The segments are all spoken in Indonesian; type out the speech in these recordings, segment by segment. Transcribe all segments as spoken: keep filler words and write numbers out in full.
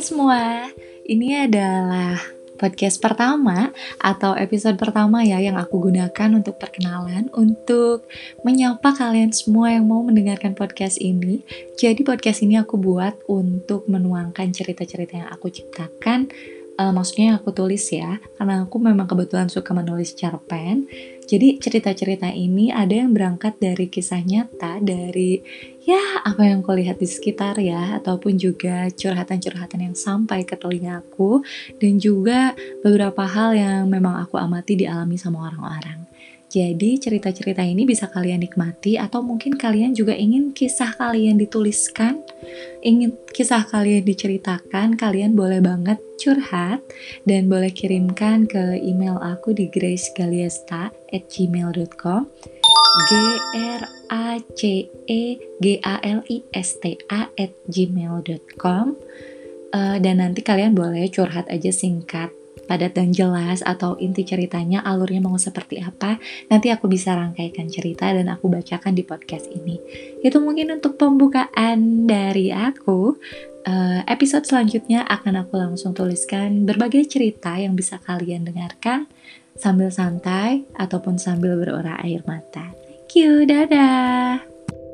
Semua, ini adalah podcast pertama atau episode pertama ya yang aku gunakan untuk perkenalan, untuk menyapa kalian semua yang mau mendengarkan podcast ini. Jadi podcast ini aku buat untuk menuangkan cerita-cerita yang aku ciptakan, uh, maksudnya yang aku tulis ya, karena aku memang kebetulan suka menulis cerpen. Jadi cerita-cerita ini ada yang berangkat dari kisah nyata, dari ya apa yang aku lihat di sekitar ya, ataupun juga curhatan-curhatan yang sampai ke telingaku, dan juga beberapa hal yang memang aku amati dialami sama orang-orang. Jadi cerita-cerita ini bisa kalian nikmati, atau mungkin kalian juga ingin kisah kalian dituliskan, ingin kisah kalian diceritakan, kalian boleh banget curhat dan boleh kirimkan ke email aku di gracegaliesta at gmail dot com. G R A C E G A L I S T A at gmail dot com. uh, Dan nanti kalian boleh curhat aja singkat, padat dan jelas, atau inti ceritanya, alurnya mau seperti apa. Nanti aku bisa rangkaikan cerita dan aku bacakan di podcast ini. Itu mungkin untuk pembukaan dari aku. Uh, episode selanjutnya akan aku langsung tuliskan berbagai cerita yang bisa kalian dengarkan sambil santai ataupun sambil berurai air mata. Thank you, dadah!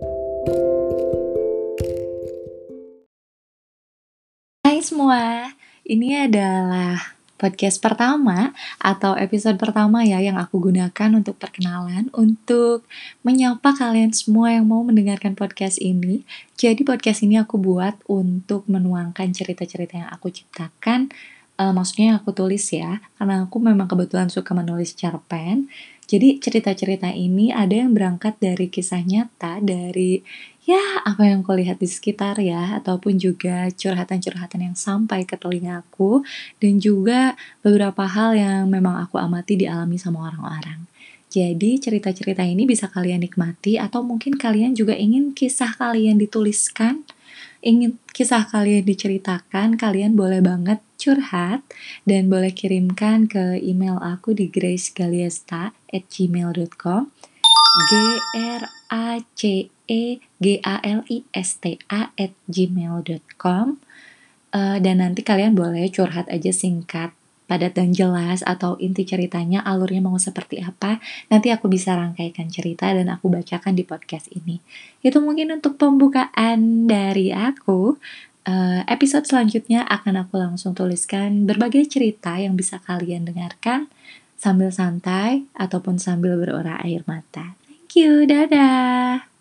Hai semua, ini adalah podcast pertama atau episode pertama ya yang aku gunakan untuk perkenalan, untuk menyapa kalian semua yang mau mendengarkan podcast ini. Jadi podcast ini aku buat untuk menuangkan cerita-cerita yang aku ciptakan, uh, maksudnya yang aku tulis ya, karena aku memang kebetulan suka menulis cerpen. Jadi cerita-cerita ini ada yang berangkat dari kisah nyata, dari ya apa yang aku lihat di sekitar ya, ataupun juga curhatan-curhatan yang sampai ke telingaku, dan juga beberapa hal yang memang aku amati dialami sama orang-orang. Jadi cerita-cerita ini bisa kalian nikmati, atau mungkin kalian juga ingin kisah kalian dituliskan, ingin kisah kalian diceritakan, kalian boleh banget curhat dan boleh kirimkan ke email aku di gracegaliesta at gmail dot com. G R A C E G A L I S T A at gmail dot com. uh, Dan nanti kalian boleh curhat aja singkat, padat dan jelas, atau inti ceritanya, alurnya mau seperti apa. Nanti aku bisa rangkaikan cerita dan aku bacakan di podcast ini. Itu mungkin untuk pembukaan dari aku. Uh, episode selanjutnya akan aku langsung tuliskan berbagai cerita yang bisa kalian dengarkan sambil santai ataupun sambil berurai air mata. Thank you, dadah!